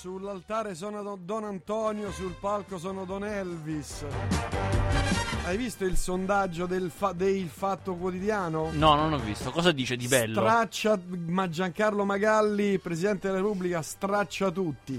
Sull'altare sono Don Antonio, sul palco sono Don Elvis. Hai visto il sondaggio del Fatto Quotidiano? No, non ho visto. Cosa dice di bello? Straccia, ma Giancarlo Magalli, Presidente della Repubblica, straccia tutti.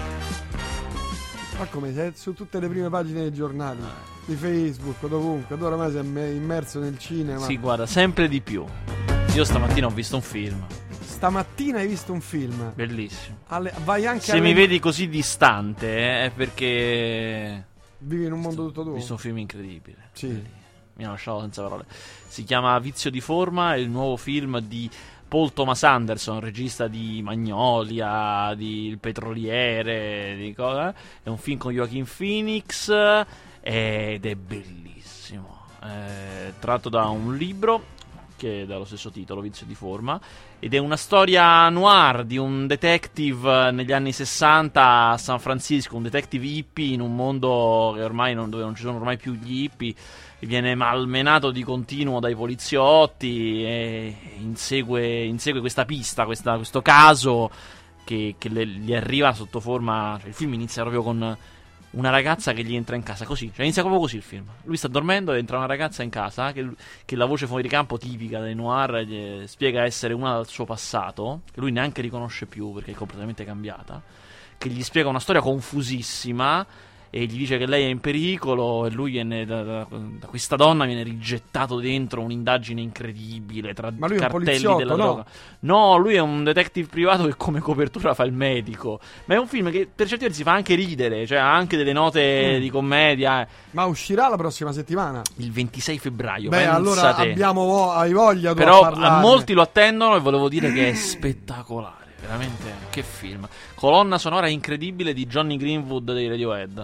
Ma come se su tutte le prime pagine dei giornali, di Facebook, dovunque. Tu oramai sei immerso nel cinema. Sì, guarda, sempre di più. Io stamattina ho visto un film. Stamattina hai visto un film? Bellissimo. Vai anche Se mi vedi così distante è perché vivi in un mondo tutto tuo. Ho visto un film incredibile. Sì. Mi ha lasciato senza parole. Si chiama Vizio di forma, è il nuovo film di Paul Thomas Anderson, regista di Magnolia, di Il Petroliere, di cosa. È un film con Joaquin Phoenix ed è bellissimo. È tratto da un libro che dà lo stesso titolo, Vizio di forma, ed è una storia noir di un detective negli anni 60 a San Francisco, un detective hippie in un mondo che ormai dove non ci sono ormai più gli hippie, e viene malmenato di continuo dai poliziotti e insegue questa pista, questo caso che gli arriva sotto forma, cioè il film inizia proprio con una ragazza che gli entra in casa così, cioè inizia proprio così il film. Lui sta dormendo e entra una ragazza in casa che la voce fuori campo tipica dei noir gli spiega essere una dal suo passato, che lui neanche riconosce più perché è completamente cambiata, che gli spiega una storia confusissima e gli dice che lei è in pericolo e lui da questa donna viene rigettato dentro un'indagine incredibile tra Ma lui è un cartelli poliziotto, della no? droga. No, lui è un detective privato che come copertura fa il medico. Ma è un film che per certi versi fa anche ridere, cioè ha anche delle note di commedia. Ma uscirà la prossima settimana? Il 26 febbraio. Beh, allora hai voglia tu però a parlarne. molti lo attendono e volevo dire che è spettacolare. Veramente, che film. Colonna sonora incredibile di Johnny Greenwood dei Radiohead.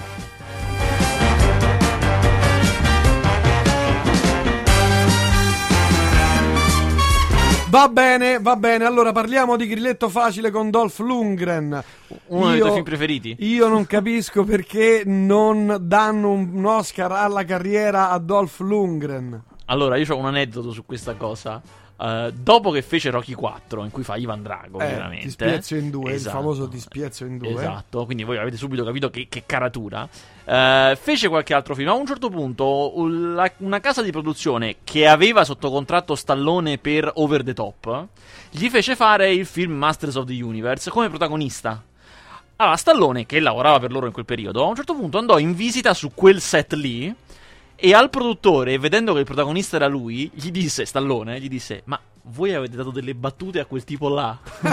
Va bene. Allora parliamo di Grilletto Facile con Dolph Lundgren. Uno dei tuoi film preferiti? Io non capisco perché non danno un Oscar alla carriera a Dolph Lundgren. Allora, io ho un aneddoto su questa cosa. Dopo che fece Rocky 4, in cui fa Ivan Drago, veramente ti spiezzo in due, esatto, il famoso ti spiezzo in due. Esatto, quindi voi avete subito capito che caratura. Fece qualche altro film. A un certo punto una casa di produzione che aveva sotto contratto Stallone per Over the Top gli fece fare il film Masters of the Universe come protagonista. Allora Stallone, che lavorava per loro in quel periodo, a un certo punto andò in visita su quel set lì e al produttore, vedendo che il protagonista era lui, Stallone gli disse: ma voi avete dato delle battute a quel tipo là?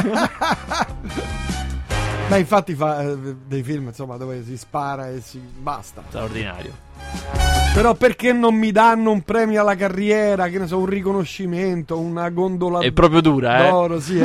Beh, infatti fa dei film, insomma, dove si spara e si basta. Straordinario. Però perché non mi danno un premio alla carriera, che ne so, un riconoscimento, una gondola È proprio dura, d'oro, sì,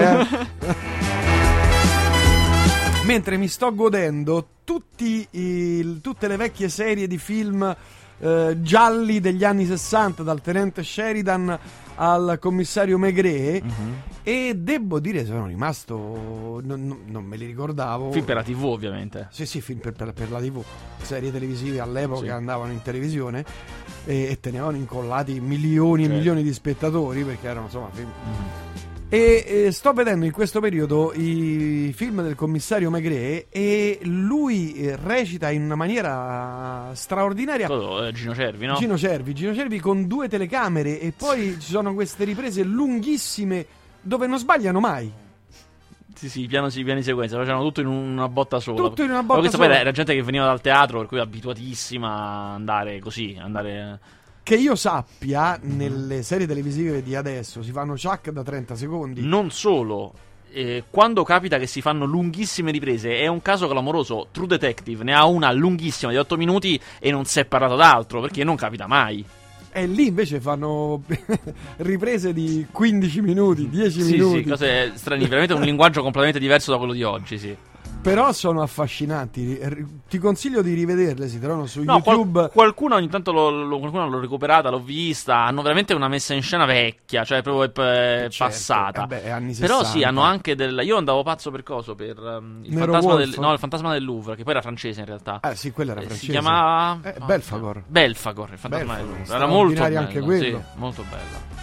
Mentre mi sto godendo tutte le vecchie serie di film gialli degli anni 60, dal tenente Sheridan al commissario Maigret, e devo dire sono rimasto non me li ricordavo. Film per la TV, ovviamente. Sì, film per la TV, serie televisive all'epoca che andavano in televisione e tenevano incollati milioni e milioni di spettatori, perché erano insomma film. E sto vedendo in questo periodo i film del commissario Maigret e lui recita in una maniera straordinaria. Gino Cervi, no? Gino Cervi con 2 telecamere e poi ci sono queste riprese lunghissime dove non sbagliano mai. Sì, piani sequenza, facevano tutto in una botta sola. Tutto in una botta questa sola. Poi era gente che veniva dal teatro, per cui abituatissima a andare così, Che io sappia, nelle serie televisive di adesso si fanno ciak da 30 secondi. Non solo, quando capita che si fanno lunghissime riprese, è un caso clamoroso. True Detective ne ha una lunghissima di 8 minuti e non si è parlato d'altro, perché non capita mai. E lì invece fanno riprese di 15 minuti, 10 minuti. Sì, cose strane, veramente un linguaggio completamente diverso da quello di oggi, sì. Però sono affascinanti. Ti consiglio di rivederle, si trovano su YouTube. Qualcuno ogni tanto qualcuno l'ho recuperata, l'ho vista. Hanno veramente una messa in scena vecchia, cioè proprio passata. Vabbè, è anni 60. Però sì, hanno anche io andavo pazzo per coso, per il fantasma del Louvre, che poi era francese in realtà. Sì, quello era francese. Si chiamava Belfagor. Il fantasma del Louvre. Era molto bello, anche quello. sì, molto bella.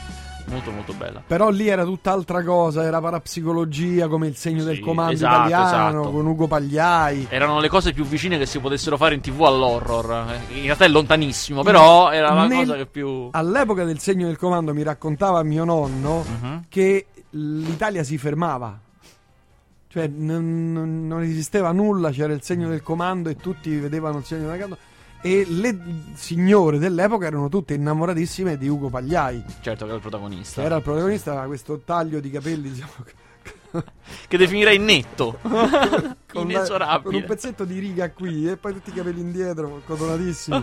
molto molto bella. Però lì era tutt'altra cosa, era parapsicologia, come Il segno del comando esatto, italiano, esatto. con Ugo Pagliai. Erano le cose più vicine che si potessero fare in TV all'horror. In realtà è lontanissimo, però era la cosa che più... All'epoca del segno del comando mi raccontava mio nonno che l'Italia si fermava. Cioè non esisteva nulla, c'era il segno del comando e tutti vedevano il segno del comando. E le signore dell'epoca erano tutte innamoratissime di Ugo Pagliai. Certo, che era il protagonista. Era il protagonista, aveva questo taglio di capelli, diciamo, che definirei netto. con Inesorabile. un pezzetto di riga qui e poi tutti i capelli indietro, codonatissimi.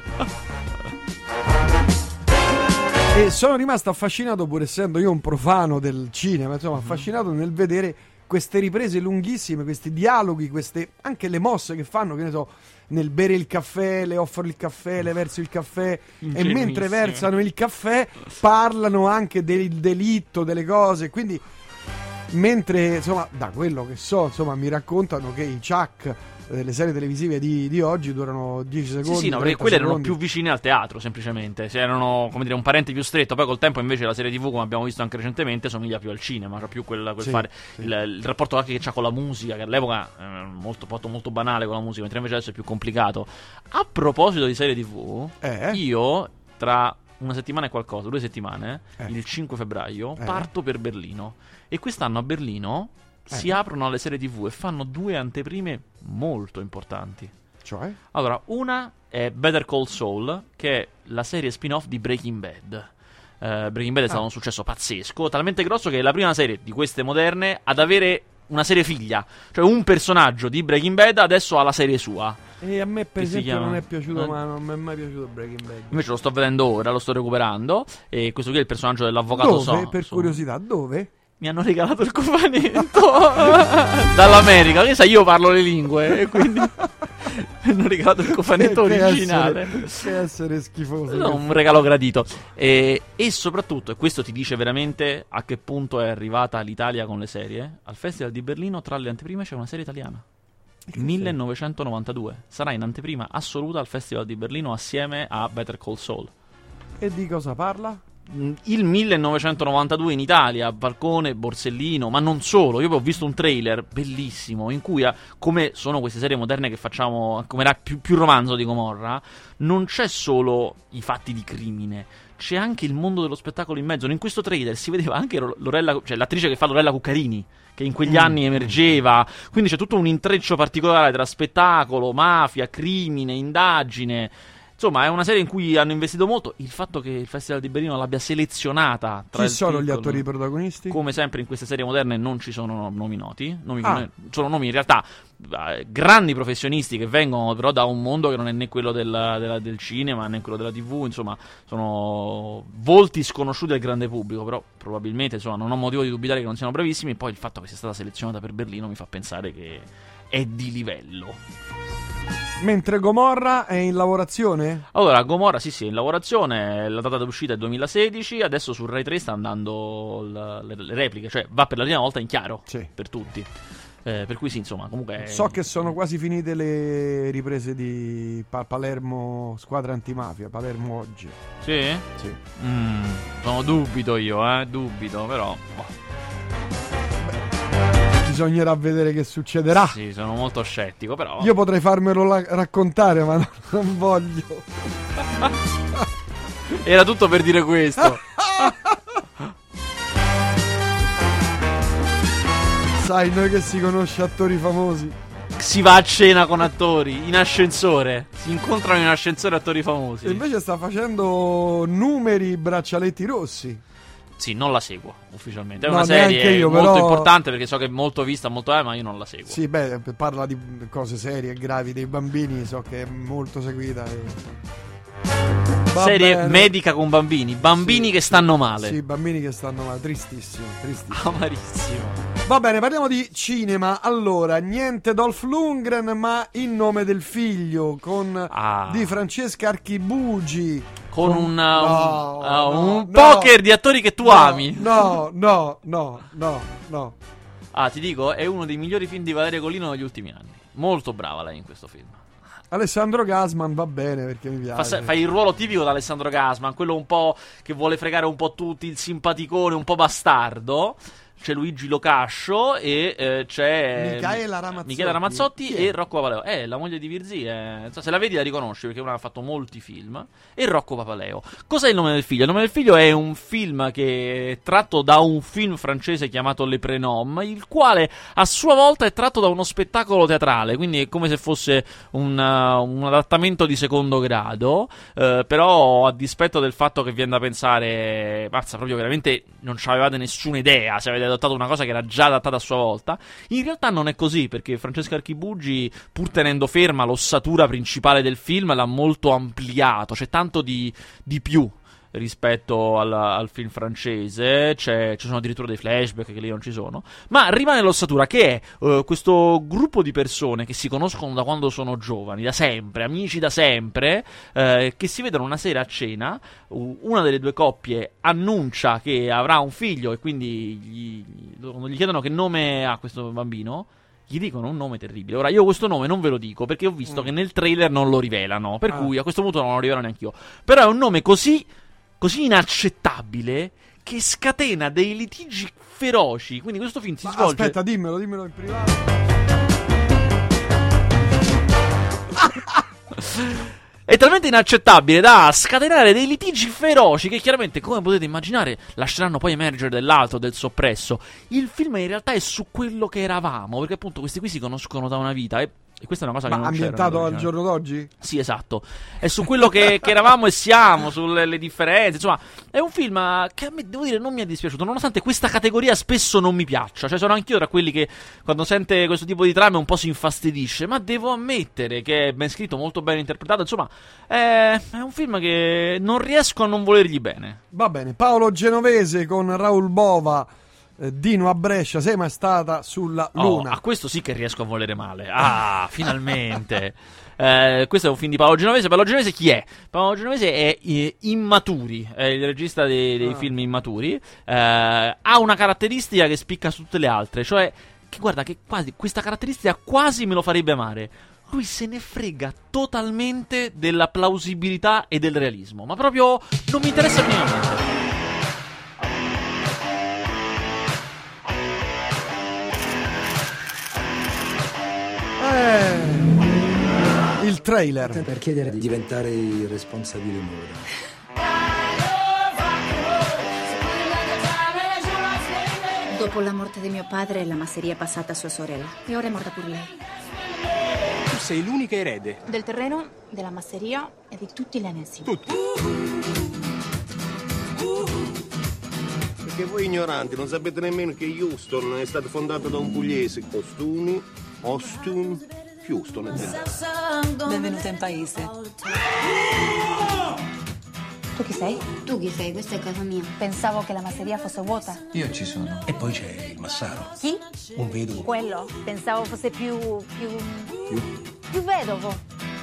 E sono rimasto affascinato, pur essendo io un profano del cinema, insomma, affascinato nel vedere queste riprese lunghissime, questi dialoghi, anche le mosse che fanno, che ne so, nel bere il caffè, le offro il caffè, le verso il caffè, e mentre versano il caffè parlano anche del delitto, delle cose, quindi mentre, insomma, da quello che so, insomma, mi raccontano che i Chuck delle serie televisive di oggi durano 10 secondi. Sì, no, perché quelle erano più vicine al teatro, semplicemente. Se erano, come dire, un parente più stretto. Poi col tempo invece la serie TV, come abbiamo visto anche recentemente, somiglia più al cinema, cioè più quel fare il rapporto anche che c'ha con la musica, che all'epoca molto banale con la musica, mentre invece adesso è più complicato. A proposito di serie TV, io tra una settimana e qualcosa, 2 settimane, il 5 febbraio, parto per Berlino. E quest'anno a Berlino si aprono alle serie TV e fanno 2 anteprime molto importanti. Cioè? Allora, una è Better Call Saul, che è la serie spin-off di Breaking Bad. Breaking Bad è stato un successo pazzesco, talmente grosso che è la prima serie di queste moderne ad avere una serie figlia. Cioè un personaggio di Breaking Bad adesso ha la serie sua. E a me per esempio non è piaciuto, ma non mi è mai piaciuto Breaking Bad. Invece lo sto vedendo ora, lo sto recuperando. E questo qui è il personaggio dell'avvocato. Dove? Per curiosità, dove? Mi hanno regalato il cofanetto dall'America, che sai, io parlo le lingue e quindi mi hanno regalato il cofanetto originale. Che essere schifoso. No, un regalo gradito. E soprattutto, e questo ti dice veramente a che punto è arrivata l'Italia con le serie, al Festival di Berlino tra le anteprime c'è una serie italiana. 1992. Sarà in anteprima assoluta al Festival di Berlino assieme a Better Call Saul. E di cosa parla? Il 1992 in Italia, Balcone, Borsellino, ma non solo. Io ho visto un trailer bellissimo in cui, come sono queste serie moderne che facciamo, come era più romanzo di Gomorra, non c'è solo i fatti di crimine, c'è anche il mondo dello spettacolo in mezzo. In questo trailer si vedeva anche Lorella, cioè l'attrice che fa Lorella Cuccarini, che in quegli anni emergeva, quindi c'è tutto un intreccio particolare tra spettacolo, mafia, crimine, indagine. Insomma, è una serie in cui hanno investito molto. Il fatto che il Festival di Berlino l'abbia selezionata tra Chi sono gli attori protagonisti? Come sempre in queste serie moderne non ci sono nomi noti. Sono nomi in realtà grandi professionisti che vengono però da un mondo che non è né quello del cinema né quello della TV. Insomma, sono volti sconosciuti al grande pubblico. Però probabilmente, insomma, non ho motivo di dubitare che non siano bravissimi. E poi il fatto che sia stata selezionata per Berlino mi fa pensare che è di livello. Mentre Gomorra è in lavorazione? Allora, Gomorra sì, è in lavorazione, la data d'uscita è 2016, adesso su Rai 3 sta andando le repliche, cioè va per la prima volta in chiaro per tutti. Per cui sì, insomma, comunque... So che sono quasi finite le riprese di Palermo, squadra antimafia, Palermo oggi. Sì? Sì. Sono dubito io, dubito, però... Bisognerà vedere che succederà. Sì, sono molto scettico, però... Io potrei farmelo raccontare, ma non voglio. Era tutto per dire questo. Sai, noi che si conosce attori famosi. Si va a cena con attori, in ascensore. Si incontrano in ascensore attori famosi. E invece sta facendo numeri, braccialetti rossi. Sì, non la seguo ufficialmente. È no, una serie io, molto però... importante perché so che è molto vista, molto ma io non la seguo. Sì, beh, parla di cose serie e gravi dei bambini, so che è molto seguita. Serie medica con bambini che stanno male. Sì, bambini che stanno male, tristissimo. Amarissimo. Va bene, parliamo di cinema. Allora, niente Dolph Lundgren, ma In nome del figlio con di Francesca Archibugi. Con un poker di attori che tu ami. No. Ti dico, è uno dei migliori film di Valeria Golino negli ultimi anni. Molto brava lei in questo film. Alessandro Gasman va bene perché mi piace. Fa il ruolo tipico da Alessandro Gasman, quello un po' che vuole fregare un po' tutti, il simpaticone, un po' bastardo. C'è Luigi Locascio e c'è Michela Ramazzotti e Rocco Papaleo. La moglie di Virzì. Se la vedi la riconosci perché una ha fatto molti film. E Rocco Papaleo. Cos'è il nome del figlio? Il nome del figlio è un film che è tratto da un film francese chiamato Le Prénoms, il quale a sua volta è tratto da uno spettacolo teatrale, quindi è come se fosse un adattamento di secondo grado, però a dispetto del fatto che viene da pensare, mazza, proprio veramente non c'avevate nessuna idea se avete adottato una cosa che era già adattata a sua volta. In realtà non è così, perché Francesca Archibugi, pur tenendo ferma l'ossatura principale del film, l'ha molto ampliato, c'è tanto di più rispetto al film francese, ci sono addirittura dei flashback che lì non ci sono, ma rimane l'ossatura che è questo gruppo di persone che si conoscono da quando sono giovani, da sempre, amici da sempre, che si vedono una sera a cena, una delle due coppie annuncia che avrà un figlio e quindi gli chiedono che nome ha questo bambino. Gli dicono un nome terribile. Ora, io questo nome non ve lo dico perché ho visto che nel trailer non lo rivelano, per cui a questo punto non lo rivelo neanche io. Però è un nome così inaccettabile che scatena dei litigi feroci. Quindi questo film si svolge... Aspetta, dimmelo in privato. È talmente inaccettabile da scatenare dei litigi feroci che chiaramente, come potete immaginare, lasceranno poi emergere dell'altro, del soppresso. Il film in realtà è su quello che eravamo, perché appunto questi qui si conoscono da una vita e questa è una cosa che non c'era. Ma ambientato al giorno d'oggi? Sì, esatto. È su quello che eravamo e siamo, sulle differenze. Insomma, è un film che a me, devo dire, non mi è dispiaciuto, nonostante questa categoria spesso non mi piaccia. Cioè, sono anch'io tra quelli che, quando sente questo tipo di trame, un po' si infastidisce. Ma devo ammettere che è ben scritto, molto ben interpretato. Insomma, è un film che non riesco a non volergli bene. Va bene. Paolo Genovese con Raul Bova, Dino a Brescia, sei mai stata sulla Luna? A questo sì che riesco a volere male. Finalmente. Questo è un film di Paolo Genovese. Paolo Genovese chi è? Paolo Genovese è Immaturi, è il regista dei film Immaturi. Ha una caratteristica che spicca su tutte le altre, cioè che guarda che quasi questa caratteristica quasi me lo farebbe amare. Lui se ne frega totalmente della plausibilità e del realismo, ma proprio non mi interessa minimamente. Il trailer per chiedere di diventare il responsabile Mura. Dopo la morte di mio padre, la masseria è passata a sua sorella e ora è morta pure lei. Tu sei l'unica erede Del terreno, della masseria e di tutti gli annessi. Tutti. Perché voi ignoranti non sapete nemmeno che Houston è stato fondato da un pugliese. Austin, Houston. Benvenuta in paese. Tu chi sei? Tu chi sei? Questa è casa mia. Pensavo che la masseria fosse vuota. Io ci sono. E poi c'è il Massaro. Chi? Un vedovo. Quello. Pensavo fosse più vedovo.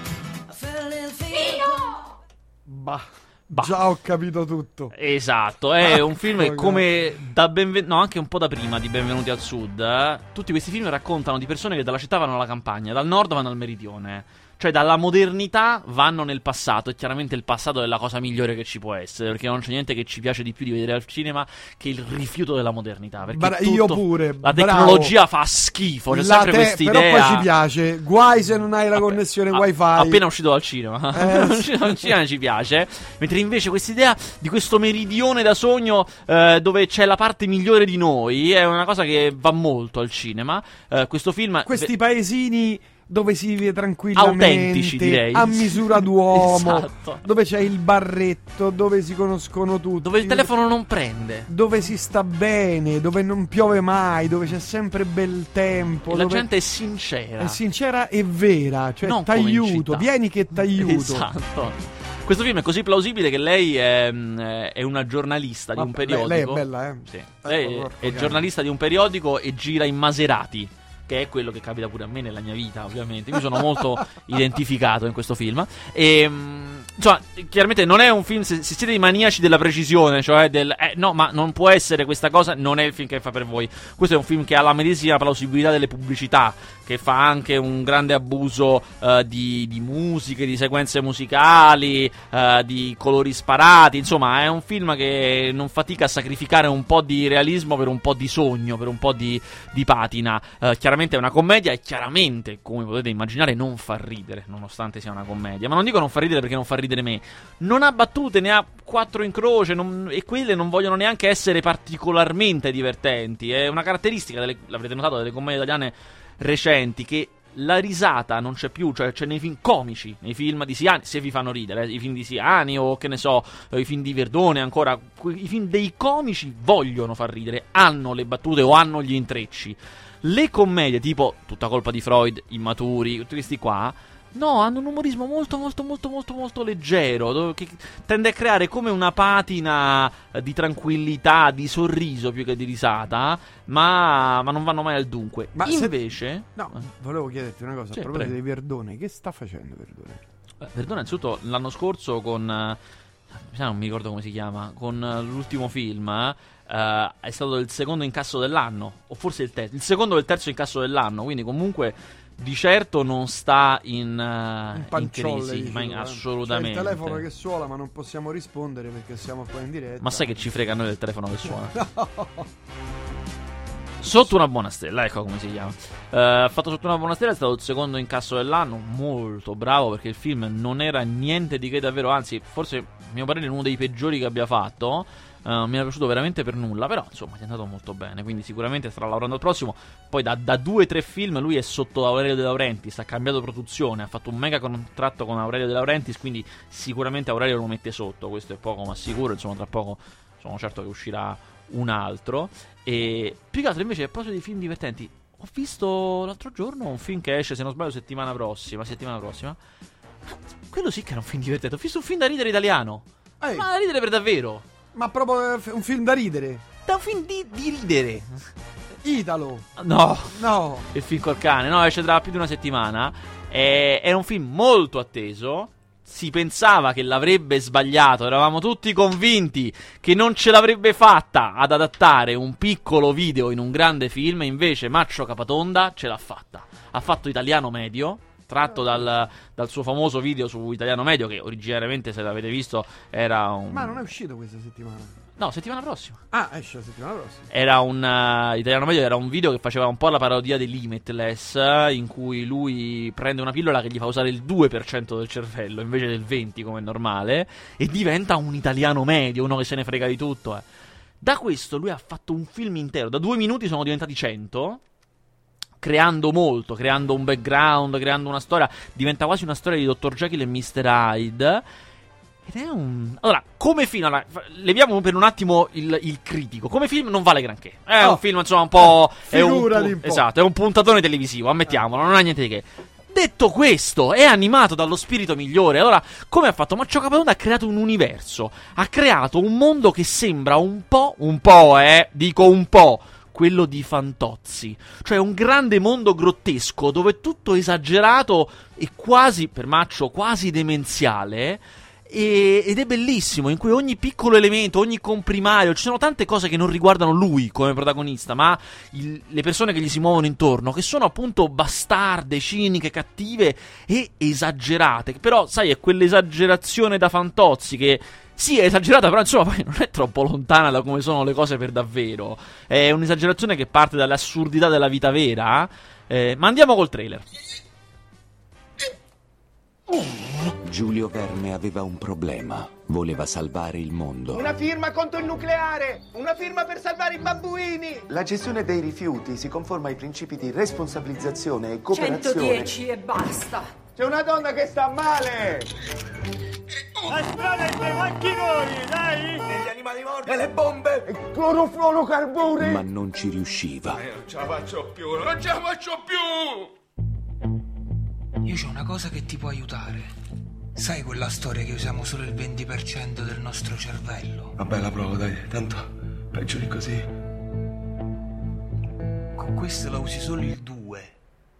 Bah. Già ho capito tutto. Esatto, è un film che come anche un po' da prima di Benvenuti al Sud, tutti questi film raccontano di persone che dalla città vanno alla campagna, dal nord vanno al meridione. Cioè dalla modernità vanno nel passato. E chiaramente il passato è la cosa migliore che ci può essere, perché non c'è niente che ci piace di più di vedere al cinema che il rifiuto della modernità. Perché io pure. La tecnologia fa schifo. C'è sempre questa idea. Però poi ci piace. Guai se non hai la connessione wifi. Appena uscito dal cinema. Uscito dal cinema ci piace. Mentre invece quest'idea di questo meridione da sogno, dove c'è la parte migliore di noi, è una cosa che va molto al cinema. Questo film, questi paesini dove si vive tranquillamente, autentici, direi, a misura d'uomo, esatto, dove c'è il barretto, dove si conoscono tutti, dove il telefono non prende, dove si sta bene, dove non piove mai, dove c'è sempre bel tempo, e la gente è sincera e vera, cioè t'aiuto, vieni che t'aiuto. Esatto. Questo film è così plausibile che lei è una giornalista di un periodico. Lei è bella, Sì. Lei è giornalista di un periodico e gira in Maserati, che è quello che capita pure a me nella mia vita, ovviamente. Mi sono molto identificato in questo film. E insomma, chiaramente non è un film, se siete dei maniaci della precisione, cioè no, ma non può essere questa cosa, non è il film che fa per voi. Questo è un film che ha la medesima plausibilità delle pubblicità, che fa anche un grande abuso di musiche, di sequenze musicali, di colori sparati. Insomma, è un film che non fatica a sacrificare un po' di realismo per un po' di sogno, per un po' di patina. Chiaramente è una commedia e chiaramente, come potete immaginare, non fa ridere, nonostante sia una commedia. Ma non dico non fa ridere perché non fa ridere me. Non ha battute, ne ha 4 in croce, e quelle non vogliono neanche essere particolarmente divertenti. È una caratteristica, l'avrete notato, delle commedie italiane recenti, che la risata non c'è più, cioè c'è nei film comici, nei film di Siani, se vi fanno ridere, i film di Siani o che ne so, i film di Verdone, ancora i film dei comici vogliono far ridere, hanno le battute o hanno gli intrecci. Le commedie tipo Tutta colpa di Freud, Immaturi, tutti questi qua, no, hanno un umorismo molto molto molto molto molto leggero, che tende a creare come una patina di tranquillità, di sorriso più che di risata, ma non vanno mai al dunque. Ma invece... No, volevo chiederti una cosa, sì, a proposito di Verdone, che sta facendo Verdone? Verdone innanzitutto l'anno scorso con... non mi ricordo come si chiama, con l'ultimo film... è stato il secondo incasso dell'anno, o forse il terzo, il secondo o il terzo incasso dell'anno, quindi comunque di certo non sta in crisi, ma assolutamente. C'è il telefono che suona, ma non possiamo rispondere perché siamo qua in diretta. Ma sai che ci frega a noi del telefono che suona? No. Sotto una buona stella, ecco come si chiama. Fatto Sotto una buona stella, è stato il secondo incasso dell'anno, molto bravo, perché il film non era niente di che davvero, anzi, forse a mio parere uno dei peggiori che abbia fatto. Mi era piaciuto veramente per nulla, però insomma è andato molto bene, quindi sicuramente starà lavorando al prossimo. Poi da 2 o 3 film lui è sotto Aurelio De Laurentiis, ha cambiato produzione, ha fatto un mega contratto con Aurelio De Laurentiis, quindi sicuramente Aurelio lo mette sotto, questo è poco ma sicuro. Insomma, tra poco sono certo che uscirà un altro. E più che altro invece, a proposito di film divertenti, ho visto l'altro giorno un film che esce, se non sbaglio, settimana prossima. Quello sì che era un film divertente. Ho visto un film da ridere italiano, ma da ridere per davvero. Ma proprio un film da ridere? Da un film di ridere. Italo? No. Il film col cane. No, esce tra più di una settimana. È un film molto atteso. Si pensava che l'avrebbe sbagliato. Eravamo tutti convinti che non ce l'avrebbe fatta ad adattare un piccolo video in un grande film. Invece Maccio Capatonda ce l'ha fatta. Ha fatto Italiano Medio, tratto dal suo famoso video su Italiano Medio, che originariamente, se l'avete visto, era un... Ma non è uscito questa settimana? No, settimana prossima. Ah, esce la settimana prossima. Era Italiano Medio era un video che faceva un po' la parodia di Limitless, in cui lui prende una pillola che gli fa usare il 2% del cervello invece del 20% come è normale, e diventa un italiano medio, uno che se ne frega di tutto. Da questo lui ha fatto un film intero, da 2 minuti sono diventati 100... creando molto, creando un background, creando una storia. Diventa quasi una storia di Dr. Jekyll e Mr. Hyde. Ed è un... Allora, come film, leviamo per un attimo il critico. Come film non vale granché. È un film, insomma, un po'... Figurati un po'. Esatto, è un puntatone televisivo, ammettiamolo, non ha niente di che. Detto questo, è animato dallo spirito migliore. Allora, come ha fatto? Maccio Capatonda ha creato un universo. Ha creato un mondo che sembra un po', dico un po', quello di Fantozzi, cioè un grande mondo grottesco dove tutto è esagerato e quasi, per Maccio, quasi demenziale, ed è bellissimo, in cui ogni piccolo elemento, ogni comprimario, ci sono tante cose che non riguardano lui come protagonista, ma le persone che gli si muovono intorno, che sono appunto bastarde, ciniche, cattive e esagerate. Però, sai, è quell'esagerazione da Fantozzi che... sì, è esagerata, però insomma poi non è troppo lontana da come sono le cose per davvero. È un'esagerazione che parte dall'assurdità della vita vera. Ma andiamo col trailer. Giulio Verme aveva un problema. Voleva salvare il mondo. Una firma contro il nucleare! Una firma per salvare i babbuini! La gestione dei rifiuti si conforma ai principi di responsabilizzazione e cooperazione. 110 e basta. C'è una donna che sta male! La strada è dei macchinoni, dai! Degli animali morti! E le bombe! E clorofluorocarburi! Ma non ci riusciva. Non ce la faccio più! Io c'ho una cosa che ti può aiutare. Sai quella storia che usiamo solo il 20% del nostro cervello? Vabbè, la provo, dai. Tanto peggio di così. Con questa la usi solo il 2%.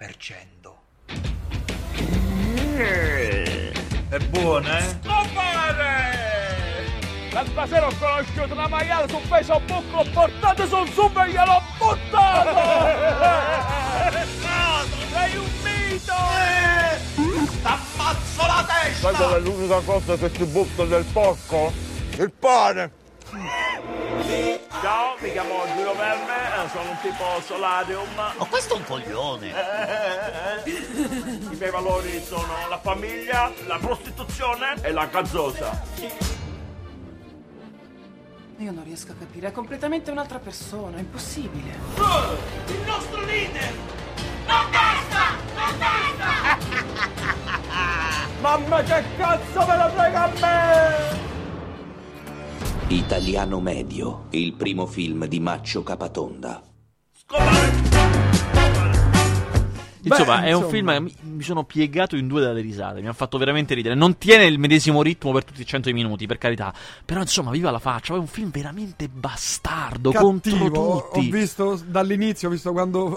È buona, eh? Compare! L'altra sera ho conosciuto una maiale su Facebook, l'ho portato sul super e gliel'ho buttato! Sei un mito! T'ammazzo la testa! Sai qual è l'unica cosa che ti butta del porco? Il pane! Ciao, mi chiamo Giulio Verme, sono un tipo solarium. Ma questo è un coglione! I miei valori sono la famiglia, la prostituzione e la gazzosa. Io non riesco a capire, è completamente un'altra persona, è impossibile. Il nostro leader! La testa! La testa! Mamma che cazzo me la frega a me! Italiano Medio, il primo film di Maccio Capatonda. Insomma, è un film che mi sono piegato in due dalle risate. Mi ha fatto veramente ridere. Non tiene il medesimo ritmo per tutti i 100 minuti, per carità. Però, insomma, viva la faccia. È un film veramente bastardo. Cattivo. Contro tutti. Ho visto dall'inizio, ho visto quando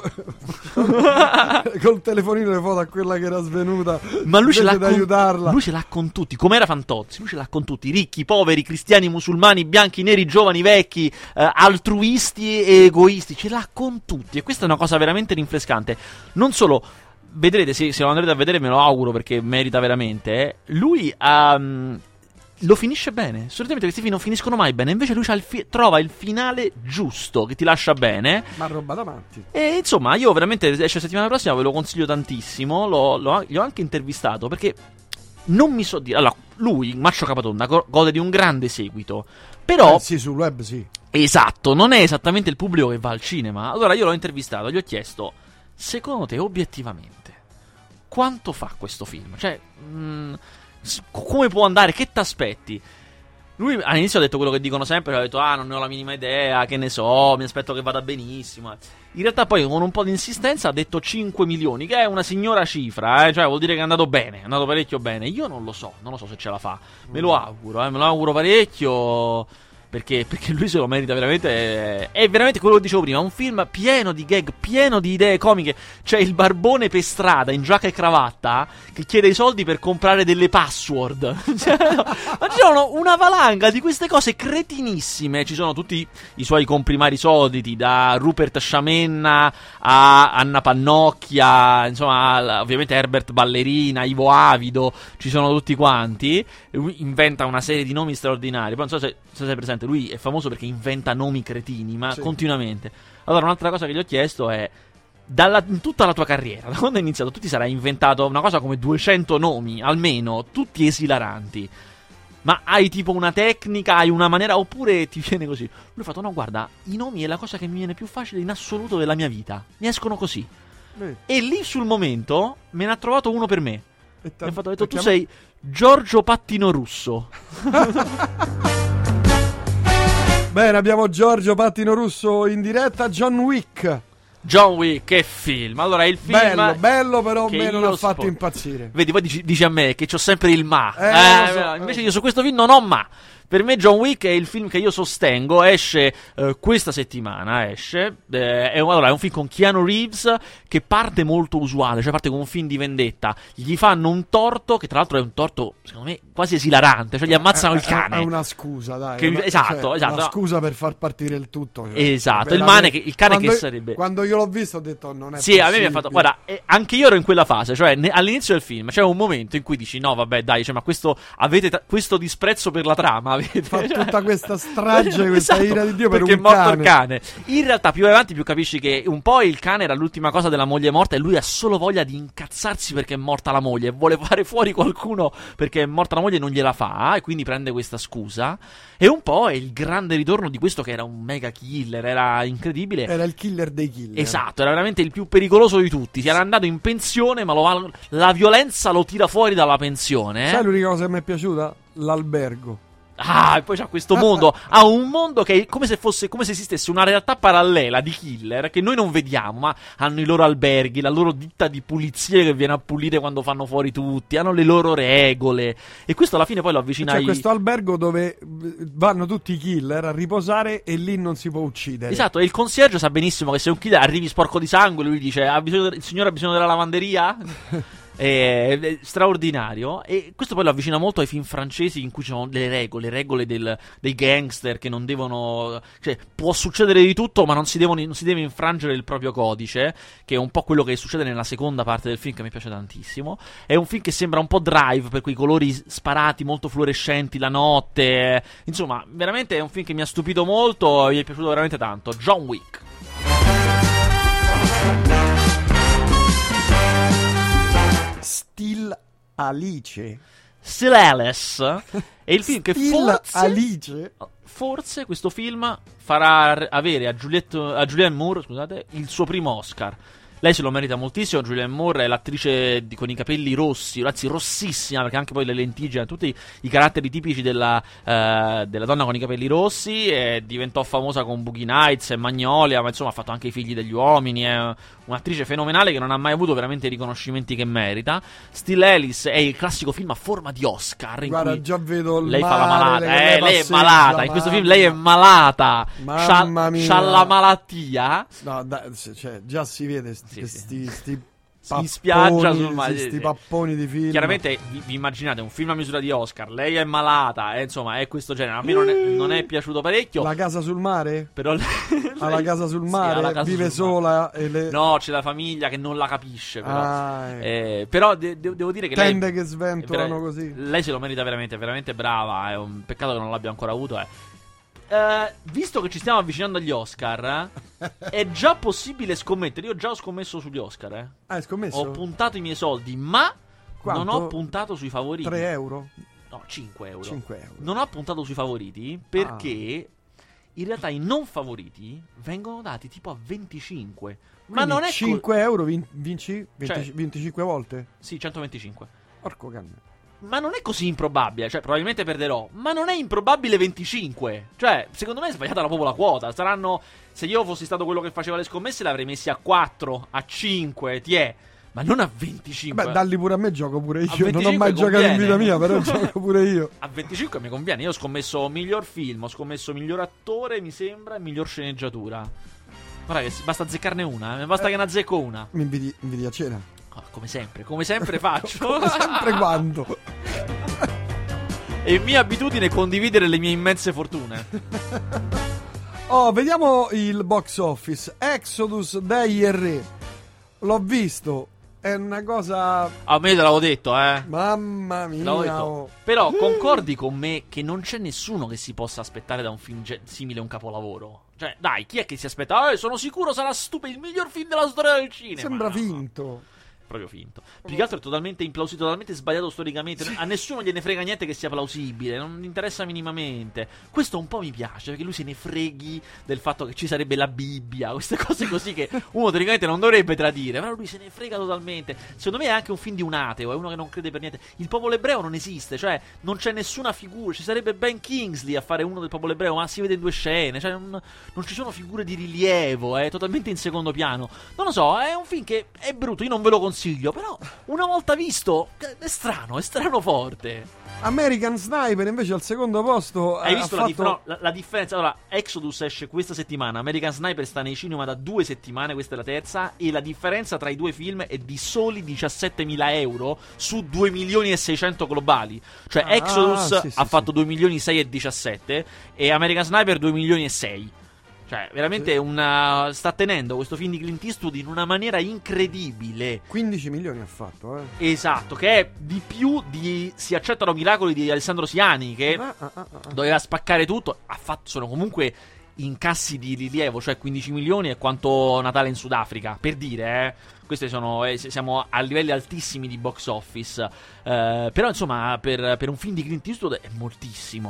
col telefonino le foto a quella che era svenuta. Ma lui ce l'ha da aiutarla. Lui ce l'ha con tutti. Com'era Fantozzi? Lui ce l'ha con tutti. Ricchi, poveri, cristiani, musulmani, bianchi, neri, giovani, vecchi, altruisti e egoisti. Ce l'ha con tutti. E questa è una cosa veramente rinfrescante. Non solo. Vedrete, se lo andrete a vedere, me lo auguro perché merita veramente. Lui lo finisce bene. Solitamente questi film non finiscono mai bene. Invece lui trova il finale giusto che ti lascia bene. Ma roba da matti. E insomma, io veramente esce la settimana prossima, ve lo consiglio tantissimo. Gli ho anche intervistato perché non mi so dire. Allora, lui, Maccio Capatonda, gode di un grande seguito. Però sì, sul web sì. Esatto, non è esattamente il pubblico che va al cinema. Allora io l'ho intervistato, gli ho chiesto: secondo te, obiettivamente, quanto fa questo film? Cioè, come può andare? Che t'aspetti? Lui all'inizio ha detto quello che dicono sempre, ha detto non ne ho la minima idea, che ne so, mi aspetto che vada benissimo. In realtà poi con un po' di insistenza ha detto 5 milioni, che è una signora cifra, cioè vuol dire che è andato bene, è andato parecchio bene. Io non lo so se ce la fa, me lo auguro parecchio. Perché lui se lo merita veramente. È veramente quello che dicevo prima. Un film pieno di gag, pieno di idee comiche. C'è il barbone per strada in giacca e cravatta che chiede i soldi per comprare delle password. Ma ci sono una valanga di queste cose cretinissime. Ci sono tutti i suoi comprimari soliti, da Rupert Sciamenna a Anna Pannocchia, insomma, ovviamente Herbert Ballerina, Ivo Avido. Ci sono tutti quanti. Lui inventa una serie di nomi straordinari. Poi non so se sei presente. Lui è famoso perché inventa nomi cretini, ma continuamente. Allora, un'altra cosa che gli ho chiesto è: in tutta la tua carriera, da quando hai iniziato, tu ti sarai inventato una cosa come 200 nomi, almeno, tutti esilaranti. Ma hai tipo una tecnica, hai una maniera, oppure ti viene così? Lui ha fatto: no, guarda, i nomi è la cosa che mi viene più facile in assoluto della mia vita. Mi escono così. E lì sul momento me ne ha trovato uno per me. Mi ha detto: tu sei Giorgio Pattino Russo. Bene, abbiamo Giorgio Pattino Russo in diretta. John Wick, che film. Allora, il film bello però me non ha fatto impazzire. Vedi, poi dici a me che c'ho sempre il ma. Invece io su questo film non ho ma. Per me John Wick è il film che io sostengo. Esce questa settimana. È un film con Keanu Reeves che parte molto usuale, cioè parte con un film di vendetta. Gli fanno un torto che tra l'altro è un torto, secondo me, quasi esilarante. Cioè gli ammazzano il cane. È una scusa, dai. Esatto. Una scusa per far partire il tutto. Cioè, esatto, il cane che sarebbe. Quando io l'ho visto ho detto non è possibile. Sì, a me mi ha fatto. Guarda, anche io ero in quella fase. Cioè all'inizio del film c'è un momento in cui dici: no, vabbè, dai, cioè, ma avete questo disprezzo per la trama. Fa tutta questa strage, questa ira di Dio per un cane. Perché è morto il cane. In realtà più avanti più capisci che un po' il cane era l'ultima cosa della moglie morta e lui ha solo voglia di incazzarsi perché è morta la moglie e vuole fare fuori qualcuno perché è morta la moglie e non gliela fa, e quindi prende questa scusa. E un po' è il grande ritorno di questo che era un mega killer, era incredibile. Era il killer dei killer. Esatto, era veramente il più pericoloso di tutti. Si era andato in pensione, ma la violenza lo tira fuori dalla pensione. Sai l'unica cosa che mi è piaciuta? L'albergo. E poi c'ha questo mondo. Ha un mondo che è come se esistesse una realtà parallela di killer che noi non vediamo, ma hanno i loro alberghi, la loro ditta di pulizia che viene a pulire quando fanno fuori tutti, hanno le loro regole. E questo alla fine poi lo avvicina C'è questo albergo dove vanno tutti i killer a riposare e lì non si può uccidere. Esatto, e il concierge sa benissimo che se un killer arrivi sporco di sangue, lui dice: il signore ha bisogno della lavanderia? È straordinario. E questo poi lo avvicina molto ai film francesi in cui ci sono le regole dei gangster che non devono, cioè può succedere di tutto ma non si deve infrangere il proprio codice, che è un po' quello che succede nella seconda parte del film, che mi piace tantissimo. È un film che sembra un po' Drive, per quei colori sparati molto fluorescenti la notte, insomma veramente è un film che mi ha stupito molto, mi è piaciuto veramente tanto. John Wick. Still Alice è il film che forse questo film farà avere a Julianne Moore, scusate, il suo primo Oscar. Lei se lo merita moltissimo. Julianne Moore è l'attrice con i capelli rossi, anzi rossissima, perché anche poi le lentigini, tutti i caratteri tipici della donna con i capelli rossi. Diventò famosa con Boogie Nights e Magnolia, ma insomma ha fatto anche I figli degli uomini. È un'attrice fenomenale che non ha mai avuto veramente i riconoscimenti che merita. Still Alice è il classico film a forma di Oscar. Guarda, già vedo il lei mare, fa la malata. Lei è malata. In questo film lei è malata. Mamma mia. C'ha la malattia. No, cioè, già si vede sti in spiaggia sul mare. Sti papponi di film. Chiaramente vi immaginate un film a misura di Oscar. Lei è malata, insomma, è questo genere. A me non è piaciuto parecchio. La casa sul mare? Però ha la casa sul mare, vive sola e no, c'è la famiglia che non la capisce. Però devo dire che tende che sventolano così. Lei se lo merita veramente, veramente brava. È un peccato che non l'abbia ancora avuto. Visto che ci stiamo avvicinando agli Oscar, è già possibile scommettere. Io già ho scommesso sugli Oscar. Hai scommesso? Ho puntato i miei soldi, ma quanto? Non ho puntato sui favoriti. 3 euro? No, 5 euro. 5 euro. Non ho puntato sui favoriti perché in realtà i non favoriti vengono dati tipo a 25. Quindi ma non è 5 euro vinci 25 volte? Sì, 125. Porco cane. Ma non è così improbabile, cioè probabilmente perderò, ma non è improbabile 25. Cioè, secondo me è sbagliata proprio la quota. Saranno, se io fossi stato quello che faceva le scommesse, l'avrei messi a 4, a 5, ma non a 25. Beh, dalli pure a me, gioco pure io. Non ho mai giocato in vita mia, però gioco pure io. A 25 mi conviene. Io ho scommesso miglior film, ho scommesso miglior attore, mi sembra, e miglior sceneggiatura. Guarda che basta azzeccarne una, basta che ne azzecco una. Mi invidi a cena. Come sempre faccio. Come sempre quando. È mia abitudine condividere le mie immense fortune. Vediamo il box office. Exodus dei Re. L'ho visto. È una cosa. A me te l'avevo detto, Mamma mia. Però concordi con me che non c'è nessuno che si possa aspettare da un film simile a un capolavoro. Cioè, dai, chi è che si aspetta? Sono sicuro sarà stupido, il miglior film della storia del cinema. Sembra finto. Proprio finto. Più che altro è totalmente implausibile, totalmente sbagliato storicamente. A nessuno gliene frega niente che sia plausibile, non gli interessa minimamente. Questo un po' mi piace, perché lui se ne freghi del fatto che ci sarebbe la Bibbia, queste cose così che uno teoricamente non dovrebbe tradire, però lui se ne frega totalmente. Secondo me è anche un film di un ateo, è uno che non crede per niente. Il popolo ebreo non esiste, cioè non c'è nessuna figura. Ci sarebbe Ben Kingsley a fare uno del popolo ebreo, ma si vede in 2 scene, cioè non ci sono figure di rilievo, è totalmente in secondo piano. Non lo so, è un film che è brutto, io non ve lo consiglio, però una volta visto è strano forte. American Sniper invece al secondo posto. Hai visto la differenza? Allora, Exodus esce questa settimana, American Sniper sta nei cinema da 2 settimane, questa è la terza, e la differenza tra i due film è di soli 17.000 euro su 2.600.000 globali. Cioè Exodus ha fatto 2.617.000 e American Sniper 2.600.000. Cioè, veramente sta tenendo questo film di Clint Eastwood in una maniera incredibile. 15 milioni ha fatto, Esatto, che è di più di Si accettano miracoli di Alessandro Siani, che doveva spaccare tutto. Sono comunque incassi di rilievo, cioè 15 milioni è quanto Natale in Sudafrica, per dire, Queste siamo a livelli altissimi di box office, però insomma per un film di Clint Eastwood è moltissimo.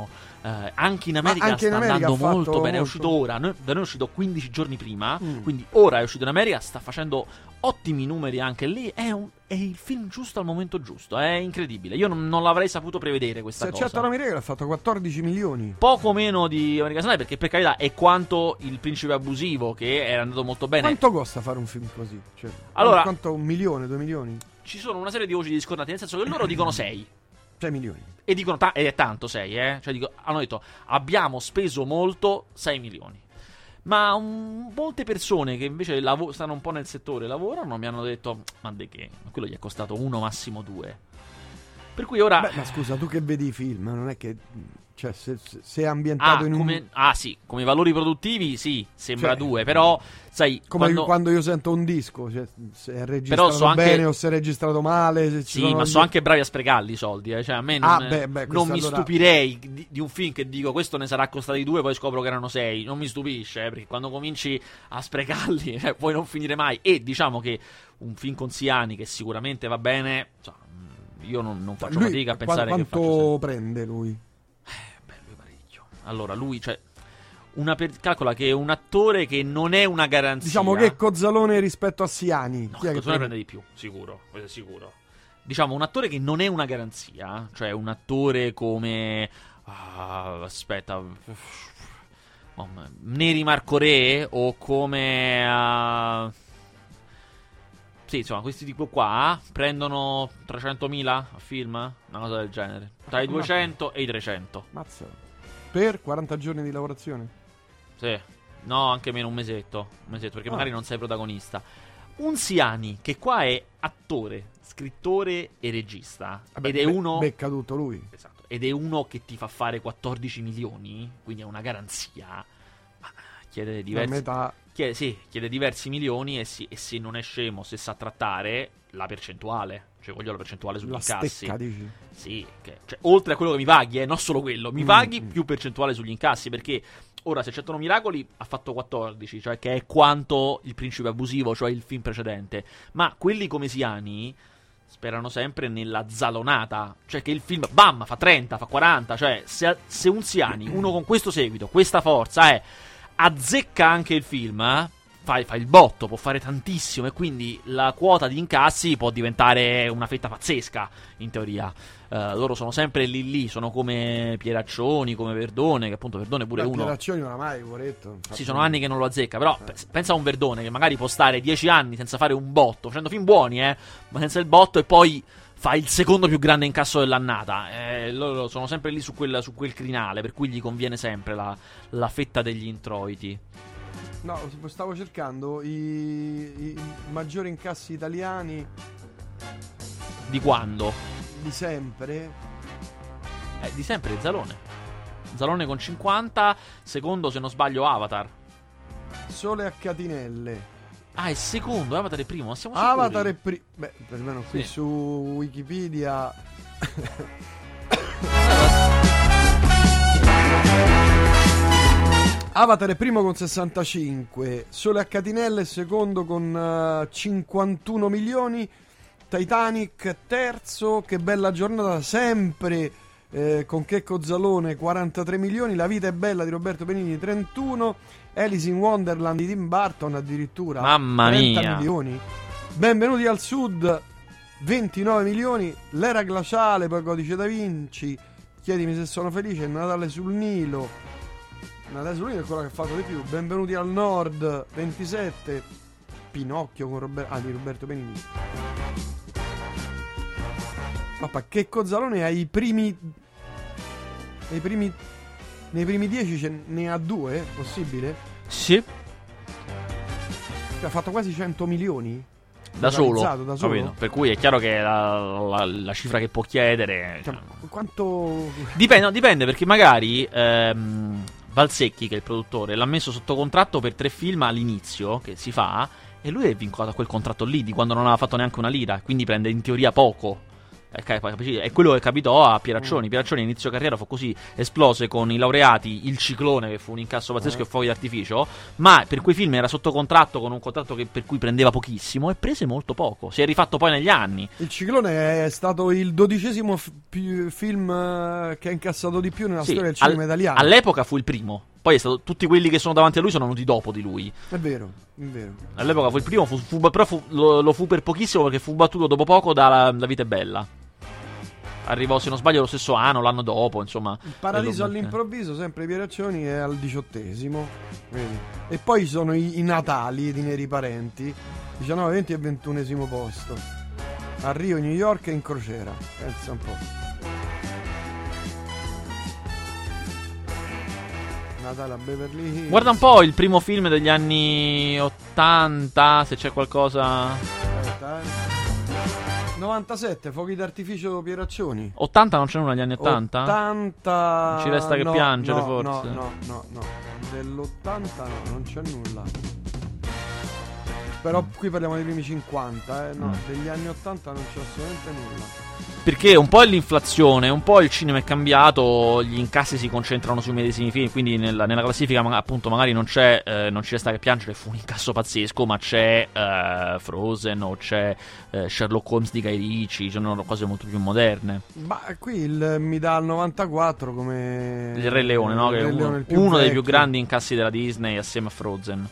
anche in America anche sta in America andando molto bene. È molto. uscito ora, da noi è uscito 15 giorni prima, quindi ora è uscito in America, sta facendo ottimi numeri anche lì. È il film giusto al momento giusto, è incredibile. Io non l'avrei saputo prevedere questa cosa. Se accetta l'America ha fatto 14 milioni. Poco meno di American Sniper, perché per carità è quanto Il Principe Abusivo, che era andato molto bene. Quanto costa fare un film così? Cioè, allora, quanto? 1 milione, 2 milioni? Ci sono una serie di voci discordate, nel senso che loro dicono 6. 6 milioni. E dicono, ed è tanto 6, Cioè hanno detto, abbiamo speso molto, 6 milioni. Ma molte persone che invece stanno un po' nel settore, lavorano, mi hanno detto, ma de che? Quello gli è costato 1, massimo 2. Per cui ora... Beh, ma scusa, tu che vedi i film, non è che... Cioè, se è ambientato in un... sì, come valori produttivi, sì, sembra 2, però, sai... Come quando io sento un disco, cioè, se è registrato bene o se è registrato male... Se sì, ma sono anche bravi a sprecarli i soldi, Cioè, a me non mi stupirei di un film che dico, questo ne sarà costato 2, poi scopro che erano 6. Non mi stupisce, perché quando cominci a sprecarli, puoi non finire mai. E diciamo che un film con Siani, che sicuramente va bene, io non faccio fatica a pensare che quanto prende lui? Allora, lui, calcola che è un attore che non è una garanzia. Diciamo che è Cozzalone rispetto a Siani. No, Cozzalone prende di più, sicuro, questo è sicuro. Diciamo, un attore che non è una garanzia, cioè un attore come... Neri Marco Re, o come... sì, insomma, questi tipo qua prendono 300.000 a film, una cosa del genere. Tra i 200 e i 300. Mazza. Per 40 giorni di lavorazione? Sì, no, anche meno, un mesetto, perché magari non sei protagonista. Un Siani, che qua è attore, scrittore e regista. Ed è uno... Becca tutto lui. Esatto. Ed è uno che ti fa fare 14 milioni, quindi è una garanzia. Ma chiede diversi... Chiede diversi milioni e se non è scemo, se sa trattare la percentuale. Cioè voglio la percentuale sugli incassi. Stecca, dici? Sì, cioè, oltre a quello che mi paghi, non solo quello, mi paghi più percentuale sugli incassi, perché ora Se accettano miracoli ha fatto 14, cioè che è quanto Il Principe Abusivo, cioè il film precedente. Ma quelli come Siani sperano sempre nella zalonata, cioè che il film bam fa 30, fa 40, cioè se un Siani, uno con questo seguito, questa forza, azzecca anche il film, fa il botto, può fare tantissimo, e quindi la quota di incassi può diventare una fetta pazzesca, in teoria. Loro sono sempre lì, sono come Pieraccioni, come Verdone, che appunto Verdone pure uno... Pieraccioni oramai, poveretto. Sì, sono anni che non lo azzecca, però pensa a un Verdone che magari può stare 10 anni senza fare un botto, facendo film buoni, ma senza il botto, e poi fa il secondo più grande incasso dell'annata. Loro sono sempre lì su quel crinale, per cui gli conviene sempre la fetta degli introiti. No, stavo cercando i maggiori incassi italiani. Di quando? Di sempre. Di sempre Zalone. Zalone con 50, secondo se non sbaglio Avatar. Sole a catinelle. È secondo, Avatar è primo, ma siamo sicuri? Avatar è primo. Beh, almeno qui su Wikipedia. Avatar è primo con 65, Sole a catinelle è secondo con 51 milioni, Titanic terzo, Che bella giornata sempre con Checco Zalone 43 milioni, La vita è bella di Roberto Benigni 31, Alice in Wonderland di Tim Burton addirittura Mamma 30 mia. milioni, Benvenuti al Sud 29 milioni, L'era glaciale, poi Codice da Vinci, Chiedimi se sono felice, Natale sul Nilo è quello che ha fatto di più, Benvenuti al Nord 27, Pinocchio con di Roberto Benigni. Papà, Checco Zalone ai primi nei primi 10 ne ha 2, possibile? Sì. Ha fatto quasi 100 milioni da solo. Capito? Per cui è chiaro che è la cifra che può chiedere. Cioè, quanto dipende, perché magari Valsecchi, che è il produttore, l'ha messo sotto contratto per 3 film all'inizio che si fa, e lui è vincolato a quel contratto lì di quando non aveva fatto neanche una lira, quindi prende in teoria poco. È quello che capitò a Pieraccioni. Pieraccioni inizio carriera fu così, esplose con I Laureati, Il Ciclone, che fu un incasso pazzesco e fuochi d'artificio, ma per quei film era sotto contratto con un contratto per cui prendeva pochissimo e prese molto poco. Si è rifatto poi negli anni. Il Ciclone è stato il 12° film che ha incassato di più nella storia del cinema italiano. All'epoca fu il primo. Poi è stato, tutti quelli che sono davanti a lui sono venuti dopo di lui. È vero. All'epoca fu il primo, però lo fu per pochissimo, perché fu battuto dopo poco da La vita è bella. Arrivò, se non sbaglio, lo stesso anno, l'anno dopo, insomma. Il Paradiso all'improvviso, sempre Pieraccioni, è al 18°. Vedi? E poi ci sono i Natali di Neri Parenti, 19, 20 e 21° posto. A Rio, New York e in crociera. Pensa un po'. Natale a Beverly Hills. Guarda un po' il primo film degli anni 80, se c'è qualcosa. 97, fuochi d'artificio Pieraccioni. 80 non c'è nulla negli anni 80? 80 ci resta che piangere, forse. No. Dell'80 no, non c'è nulla. Però qui parliamo dei primi 50, degli anni 80 non c'è assolutamente nulla. Perché un po' è l'inflazione, un po' il cinema è cambiato, gli incassi si concentrano sui medesimi film, quindi nella classifica appunto magari non ci resta che piangere, fu un incasso pazzesco, ma c'è Frozen o c'è Sherlock Holmes di Guy Ritchie, sono cose molto più moderne. Ma qui mi dà il 94 come Il Re Leone, no? Che è uno dei più grandi incassi della Disney assieme a Frozen.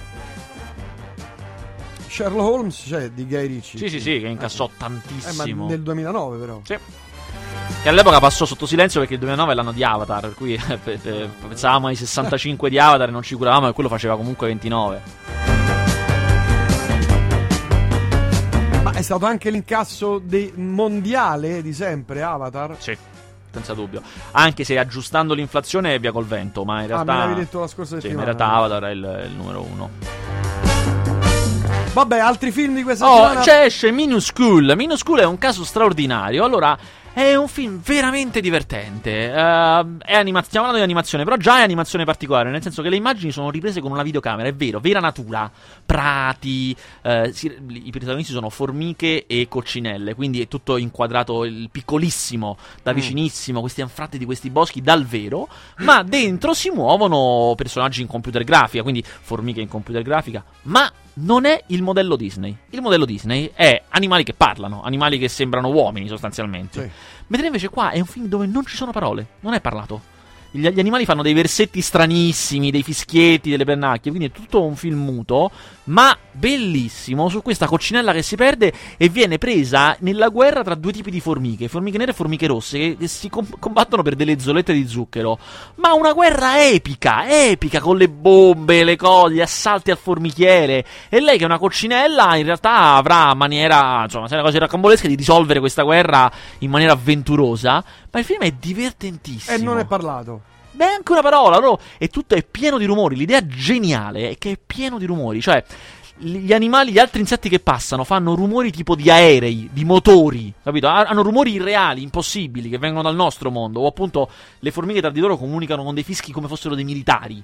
Sherlock Holmes c'è di Guy Ritchie. Sì, che incassò tantissimo. Ma nel 2009 però. Sì. E all'epoca passò sotto silenzio perché il 2009 è l'anno di Avatar, per cui pensavamo ai 65 di Avatar e non ci curavamo, e quello faceva comunque 29. Ma è stato anche l'incasso mondiale di sempre Avatar? Sì, senza dubbio. Anche se aggiustando l'inflazione è via col vento, ma in realtà... me l'avevi detto la scorsa settimana. Sì, in realtà Avatar è il numero 1. Vabbè, altri film di questa settimana? Esce Minuscule. Minuscule è un caso straordinario. Allora, è un film veramente divertente. Stiamo parlando di animazione, però già è animazione particolare, nel senso che le immagini sono riprese con una videocamera, è vero, vera natura, prati, i protagonisti sono formiche e coccinelle, quindi è tutto inquadrato piccolissimo, da vicinissimo, questi anfratti di questi boschi dal vero, ma dentro si muovono personaggi in computer grafica, quindi formiche in computer grafica, ma non è il modello Disney. Il modello Disney è animali che parlano, animali che sembrano uomini sostanzialmente. Sì. Mentre invece qua è un film dove non ci sono parole, non è parlato. Gli animali fanno dei versetti stranissimi, dei fischietti, delle pennacchie, quindi è tutto un film muto, ma bellissimo, su questa coccinella che si perde e viene presa nella guerra tra due tipi di formiche nere e formiche rosse, che si combattono per delle zollette di zucchero. Ma una guerra epica, con le bombe, le cose, gli assalti al formichiere. E lei, che è una coccinella, in realtà avrà maniera, insomma, se è una cosa rocambolesca, di risolvere questa guerra in maniera avventurosa. Ma il film è divertentissimo. E non è parlato. Beh, anche una parola, no? E tutto è pieno di rumori. L'idea geniale è che è pieno di rumori. Cioè, gli animali, gli altri insetti che passano fanno rumori tipo di aerei, di motori, capito? Hanno rumori irreali, impossibili, che vengono dal nostro mondo. O appunto le formiche tra di loro comunicano con dei fischi come fossero dei militari.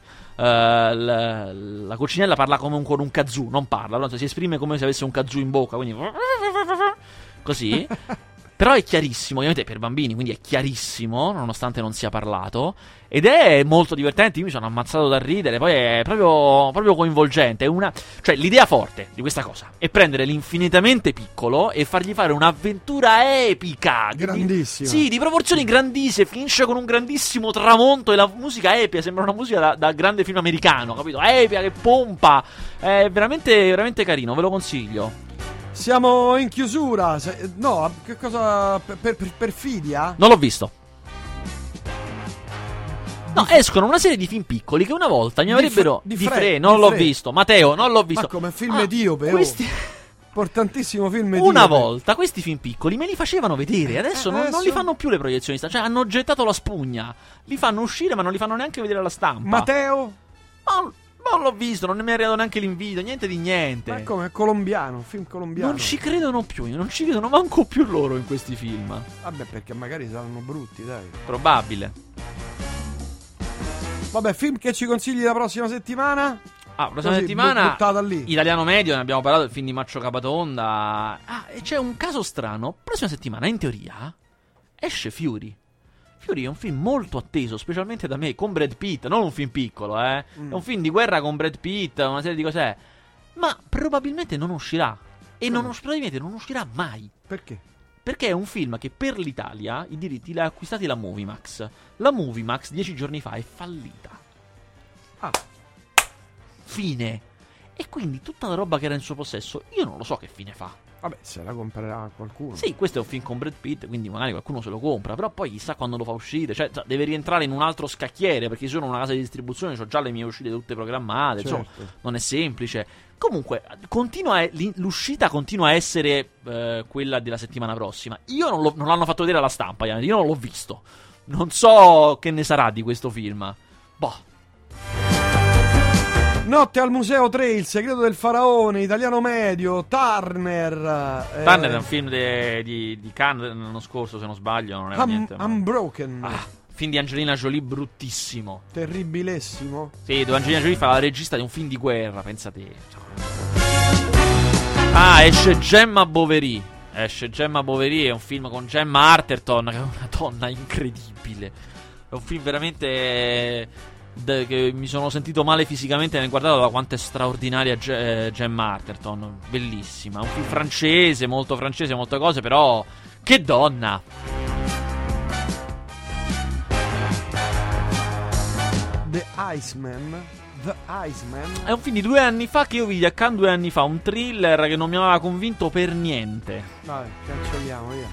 La coccinella parla come con un kazoo, non parla, si esprime come se avesse un kazoo in bocca, quindi così. Però è chiarissimo, ovviamente per bambini, quindi è chiarissimo, nonostante non sia parlato. Ed è molto divertente, io mi sono ammazzato da ridere, poi è proprio coinvolgente. Cioè, l'idea forte di questa cosa è prendere l'infinitamente piccolo e fargli fare un'avventura epica. Grandissima. Sì, di proporzioni grandissime, finisce con un grandissimo tramonto e la musica epica, sembra una musica da grande film americano, capito? Epica, che pompa, è veramente, veramente carino, ve lo consiglio. Siamo in chiusura. No, che cosa? Perfidia? Non l'ho visto. No, escono una serie di film piccoli che una volta mi avrebbero... Di Free, non l'ho visto. Matteo, non l'ho visto. Ma come film etiope? Questi... Importantissimo film etiope. Una volta questi film piccoli me li facevano vedere. Adesso non li fanno più le proiezioni. Cioè, hanno gettato la spugna. Li fanno uscire, ma non li fanno neanche vedere alla stampa. Matteo? Non l'ho visto, non mi è arrivato neanche l'invito, niente di niente. Ma come? È colombiano, film colombiano. Non ci credono più, non ci credono manco più loro in questi film. Vabbè, perché magari saranno brutti, dai. Probabile. Vabbè, film che ci consigli la prossima settimana? prossima settimana Italiano Medio, ne abbiamo parlato, del film di Maccio Capatonda. E c'è un caso strano. Prossima settimana, in teoria, esce Fury. Fury è un film molto atteso, specialmente da me, con Brad Pitt. Non un film piccolo, È un film di guerra con Brad Pitt, una serie di cose. Ma probabilmente non uscirà. E probabilmente non uscirà mai. Perché? Perché è un film che per l'Italia i diritti li ha acquistati la Movimax. La Movimax 10 giorni fa è fallita. Fine. E quindi tutta la roba che era in suo possesso, io non lo so che fine fa. Vabbè, se la comprerà qualcuno. Sì, questo è un film con Brad Pitt, quindi magari qualcuno se lo compra. Però poi chissà quando lo fa uscire. Cioè, deve rientrare in un altro scacchiere, perché io sono una casa di distribuzione, ho già le mie uscite tutte programmate. Certo. Insomma, non è semplice. Comunque, l'uscita continua a essere quella della settimana prossima. Io non l'hanno fatto vedere alla stampa, io non l'ho visto. Non so che ne sarà di questo film. Boh. Notte al Museo 3, Il segreto del faraone, Italiano Medio, Turner. Turner è un film di Cannes l'anno scorso, se non sbaglio, non era niente. Unbroken. Film di Angelina Jolie bruttissimo. Terribilissimo. Sì, dove Angelina Jolie fa la regista di un film di guerra, pensate. Esce Gemma Bovary. È un film con Gemma Arterton, che è una donna incredibile. È un film veramente che mi sono sentito male fisicamente nel guardarlo, da quanto è straordinaria Gemma Arterton. Bellissima. Un film francese, molto cose, però che donna. The Iceman. È un film di 2 anni fa che io vidi a Cannes 2 anni fa, un thriller che non mi aveva convinto per niente. Vabbè, cancelliamo, via.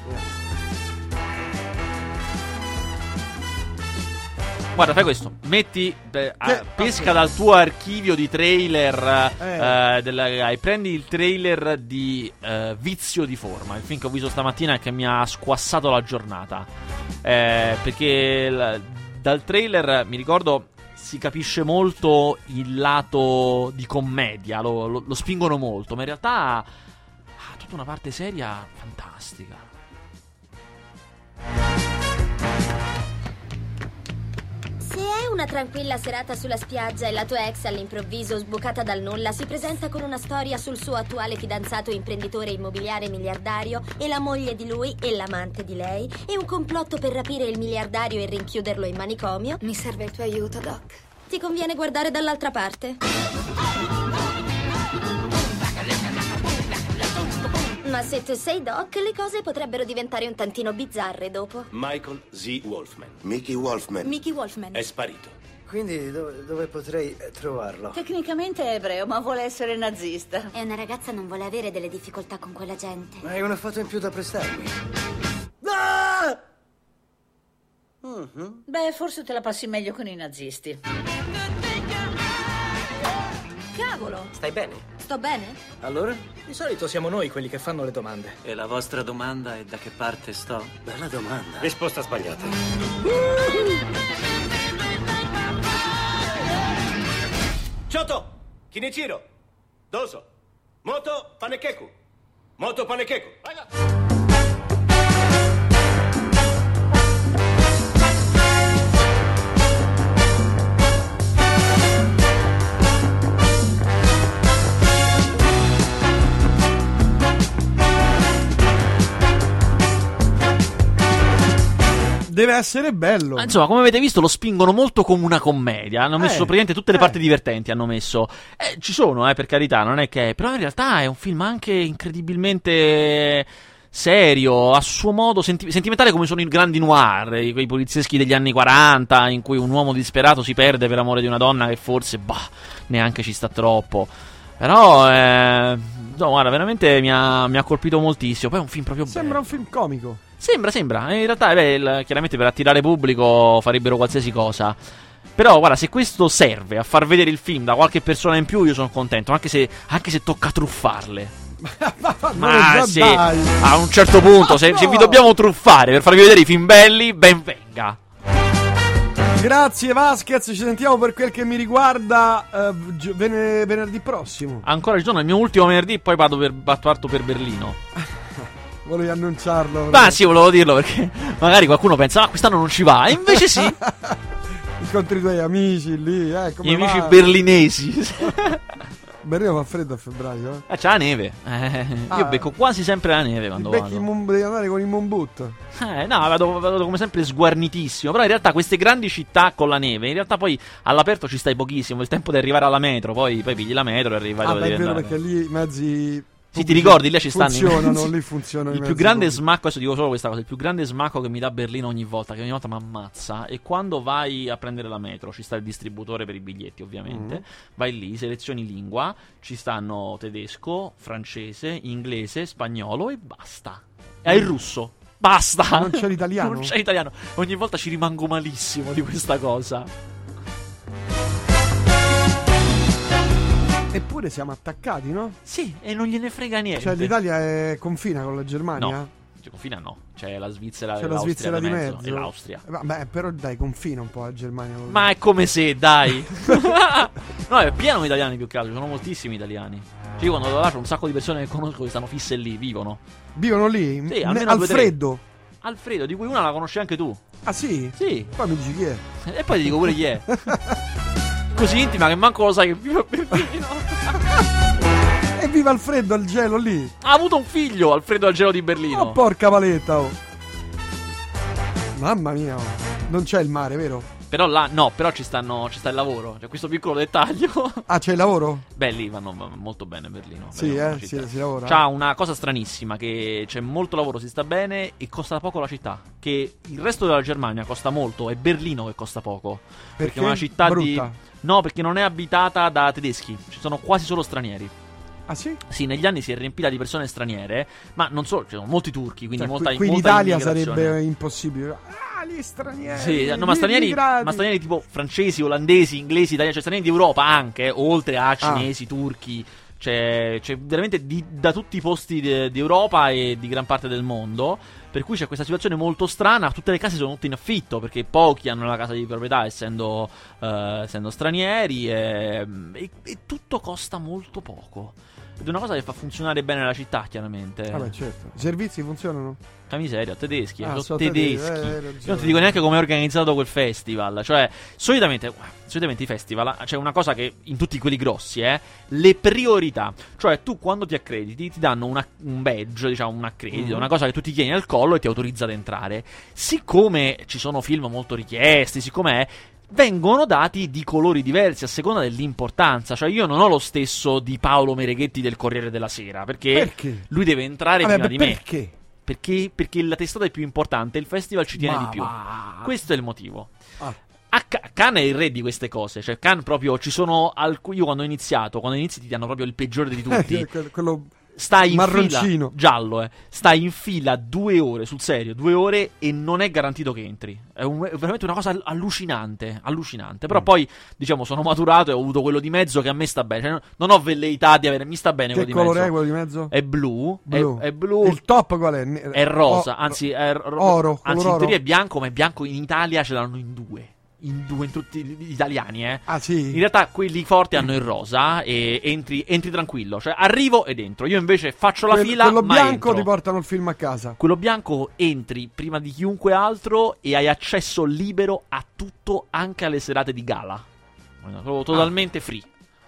Guarda, fai questo, pesca dal tuo archivio di trailer e prendi il trailer di Vizio di forma, il film che ho visto stamattina e che mi ha squassato la giornata, perché dal trailer, mi ricordo, si capisce molto il lato di commedia, lo spingono molto, ma in realtà ha tutta una parte seria fantastica. Se è una tranquilla serata sulla spiaggia e la tua ex all'improvviso, sbucata dal nulla, si presenta con una storia sul suo attuale fidanzato imprenditore immobiliare miliardario e la moglie di lui e l'amante di lei e un complotto per rapire il miliardario e rinchiuderlo in manicomio, Mi serve il tuo aiuto, Doc. ti conviene guardare dall'altra parte. Ma se tu sei Doc, le cose potrebbero diventare un tantino bizzarre dopo. Michael Z. Wolfman. Mickey Wolfman. Mickey Wolfman. È sparito. Quindi dove potrei trovarlo? Tecnicamente è ebreo, ma vuole essere nazista. E una ragazza non vuole avere delle difficoltà con quella gente. Hai una foto in più da prestarmi? Beh, forse te la passi meglio con i nazisti. Cavolo! Stai bene? Sto bene? Allora? Di solito siamo noi quelli che fanno le domande. E la vostra domanda è da che parte sto? Bella domanda. Risposta sbagliata. Choto! Kinichiro! Doso! Moto panekeku! Moto panekeku! Deve essere bello. Insomma, come avete visto, lo spingono molto come una commedia. Hanno messo praticamente tutte le parti divertenti. Hanno messo. Ci sono, per carità, non è che. Però in realtà è un film anche incredibilmente serio, a suo modo sentimentale, come sono i grandi noir, quei polizieschi degli anni 40, in cui un uomo disperato si perde per amore di una donna che forse, neanche ci sta troppo. Però, no, guarda, veramente mi ha colpito moltissimo. Poi è un film proprio bello. Sembra un film comico. Sembra. In realtà, chiaramente per attirare pubblico farebbero qualsiasi cosa. Però, guarda, se questo serve a far vedere il film da qualche persona in più, io sono contento. Anche se tocca truffarle. Ma sì, a un certo punto, se vi dobbiamo truffare per farvi vedere i film belli, ben venga. Grazie Vasquez, ci sentiamo per quel che mi riguarda venerdì prossimo. Ancora ci sono, il mio ultimo venerdì, poi parto per Berlino. Volevi annunciarlo? Ma sì, volevo dirlo perché magari qualcuno pensa, quest'anno non ci va, e invece sì. incontri i tuoi amici lì, gli amici berlinesi. Berlino fa freddo a febbraio, c'è la neve. Io becco quasi sempre la neve quando vado. Devi andare con i moon boot. No, vado come sempre sguarnitissimo. Però in realtà queste grandi città con la neve, in realtà poi all'aperto ci stai pochissimo. Il tempo di arrivare alla metro, poi pigli la metro e arrivi dove devi è vero, andare. Perché lì i mezzi... Sì, ti ricordi? Lì ci stanno lì funzionano. Il più grande smacco, adesso dico solo questa cosa, il più grande smacco che mi dà Berlino ogni volta, che ogni volta mi ammazza, è quando vai a prendere la metro, ci sta il distributore per i biglietti ovviamente, vai lì, selezioni lingua, ci stanno tedesco, francese, inglese, spagnolo e basta. E il russo. Basta! Non c'è l'italiano? Non c'è l'italiano. Ogni volta ci rimango malissimo di questa cosa. Eppure siamo attaccati, no? Sì, e non gliene frega niente. Cioè l'Italia è confina con la Germania? No, confina no. C'è la Svizzera, c'è la Svizzera di mezzo e l'Austria. Vabbè, però dai, confina un po' la Germania. Ma è come se, dai. No, è pieno di italiani più che altro, ci sono moltissimi italiani. Cioè, io quando vado là c'è un sacco di persone che conosco che stanno fisse lì, vivono. Vivono lì? Sì, almeno Alfredo. Alfredo, di cui una la conosci anche tu. Ah sì? Sì. Poi mi dici chi è. E poi ti dico pure chi è. Così intima che manco lo sai che vive a Berlino. E viva Alfredo al gelo lì. Ha avuto un figlio, Alfredo al gelo di Berlino. Oh porca paletta, oh. Mamma mia, oh. Non c'è il mare, vero? Però là, no, però ci sta il lavoro. C'è questo piccolo dettaglio. Ah, c'è il lavoro? Beh, lì vanno molto bene a Berlino. Sì, si lavora. C'ha una cosa stranissima, che c'è molto lavoro, si sta bene e costa poco la città. Che il resto della Germania costa molto, è Berlino che costa poco. Perché è una città brutta? No, perché non è abitata da tedeschi, ci sono quasi solo stranieri. Ah sì? Sì, negli anni si è riempita di persone straniere, ma non solo, ci sono molti turchi, quindi molta qui in Italia sarebbe impossibile. Gli stranieri. Sì, no, ma stranieri tipo francesi, olandesi, inglesi, italiani, cioè stranieri d'Europa anche, oltre a cinesi, turchi. C'è veramente da tutti i posti d'Europa e di gran parte del mondo. Per cui c'è questa situazione molto strana. Tutte le case sono tutte in affitto perché pochi hanno la casa di proprietà essendo stranieri e tutto costa molto poco. Ed è una cosa che fa funzionare bene la città, chiaramente. Vabbè, certo. I servizi funzionano? Miseria, tedeschi. Sono tedeschi. Io non ti dico neanche come è organizzato quel festival. Cioè, solitamente i festival c'è una cosa che in tutti quelli grossi le priorità. Cioè, tu quando ti accrediti ti danno un badge, diciamo un accredito, una cosa che tu ti tieni al collo e ti autorizza ad entrare. Siccome ci sono film molto richiesti, siccome vengono dati di colori diversi a seconda dell'importanza. Cioè io non ho lo stesso di Paolo Mereghetti del Corriere della Sera. Perché? Lui deve entrare prima di me. Perché la testata è più importante, il festival ci tiene di più. Questo è il motivo. Cannes è il re di queste cose. Cioè Cannes proprio ci sono io quando inizi ti danno proprio il peggiore di tutti. quello stai in marroncino. Fila giallo, stai in fila 2 ore, sul serio, 2 ore e non è garantito che entri. È veramente una cosa allucinante. Però poi, diciamo, sono maturato e ho avuto quello di mezzo che a me sta bene. Cioè, non ho velleità di avere, mi sta bene quello di mezzo. Che colore è quello di mezzo? È blu. È blu. Il top qual è? È rosa, anzi è oro. Anzi, in teoria è bianco, ma è bianco in Italia ce l'hanno in due. In tutti gli italiani, Ah sì? In realtà quelli forti hanno il rosa e entri tranquillo. Cioè arrivo ed entro. Io invece faccio la fila, quello ma bianco entro. ti portano il film a casa. Quello bianco entri prima di chiunque altro e hai accesso libero a tutto, anche alle serate di gala. Totalmente free.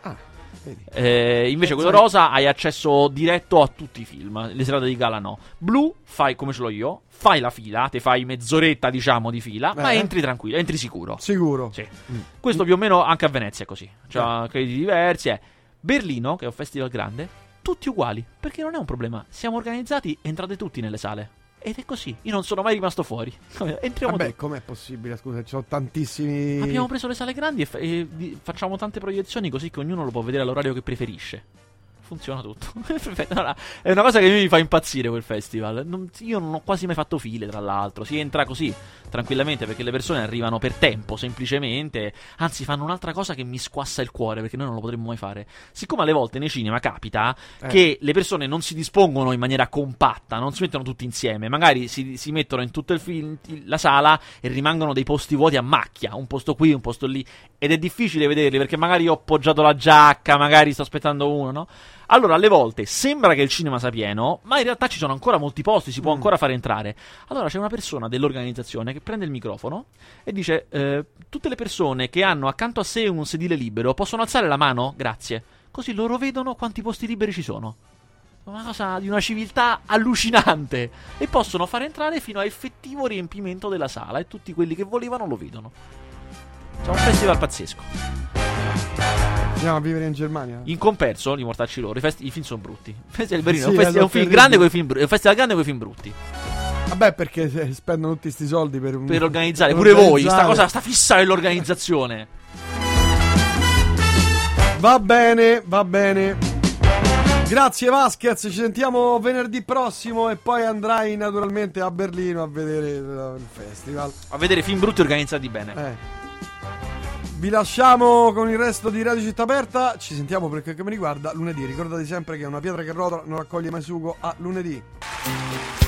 Invece quello rosa hai accesso diretto a tutti i film. Le serate di gala no. Blu fai come ce l'ho io. Fai la fila, te fai mezz'oretta diciamo di fila, ma entri tranquillo, entri sicuro. Sicuro. Sì. Questo più o meno anche a Venezia è così. C'ha crediti diversi. Berlino, che è un festival grande, tutti uguali, perché non è un problema. Siamo organizzati, entrate tutti nelle sale. Ed è così, io non sono mai rimasto fuori. Entriamo tutti. Com'è possibile? Scusa, ci sono tantissimi. Abbiamo preso le sale grandi e facciamo tante proiezioni così che ognuno lo può vedere all'orario che preferisce. Funziona tutto. È una cosa che mi fa impazzire quel festival. Io non ho quasi mai fatto file, tra l'altro. Si entra così, tranquillamente, perché le persone arrivano per tempo, semplicemente. Anzi, fanno un'altra cosa che mi squassa il cuore, perché noi non lo potremmo mai fare. Siccome alle volte nei cinema capita che le persone non si dispongono in maniera compatta, non si mettono tutti insieme. Magari si mettono in tutto il film, la sala, e rimangono dei posti vuoti a macchia. Un posto qui, un posto lì. Ed è difficile vederli, perché magari ho appoggiato la giacca, magari sto aspettando uno, no? Allora, alle volte sembra che il cinema sia pieno, ma in realtà ci sono ancora molti posti, si può ancora fare entrare. Allora c'è una persona dell'organizzazione che prende il microfono e dice: tutte le persone che hanno accanto a sé un sedile libero possono alzare la mano? Grazie. Così loro vedono quanti posti liberi ci sono. Una cosa di una civiltà allucinante. E possono fare entrare fino a effettivo riempimento della sala, e tutti quelli che volevano lo vedono. C'è un festival pazzesco. Andiamo a vivere in Germania. In compenso, di mortacci loro, i film sono brutti. È un È film grande con i film brutti. È un festival grande con i film brutti. Vabbè, perché spendono tutti sti soldi per organizzare. Pure voi, sta fissa dell'organizzazione. Va bene. Grazie Vasquez, ci sentiamo venerdì prossimo e poi andrai naturalmente a Berlino a vedere il festival. A vedere film brutti organizzati bene. Vi lasciamo con il resto di Radio Città Aperta. Ci sentiamo, perché che mi riguarda, lunedì. Ricordate sempre che una pietra che rotola non raccoglie mai sugo. A lunedì.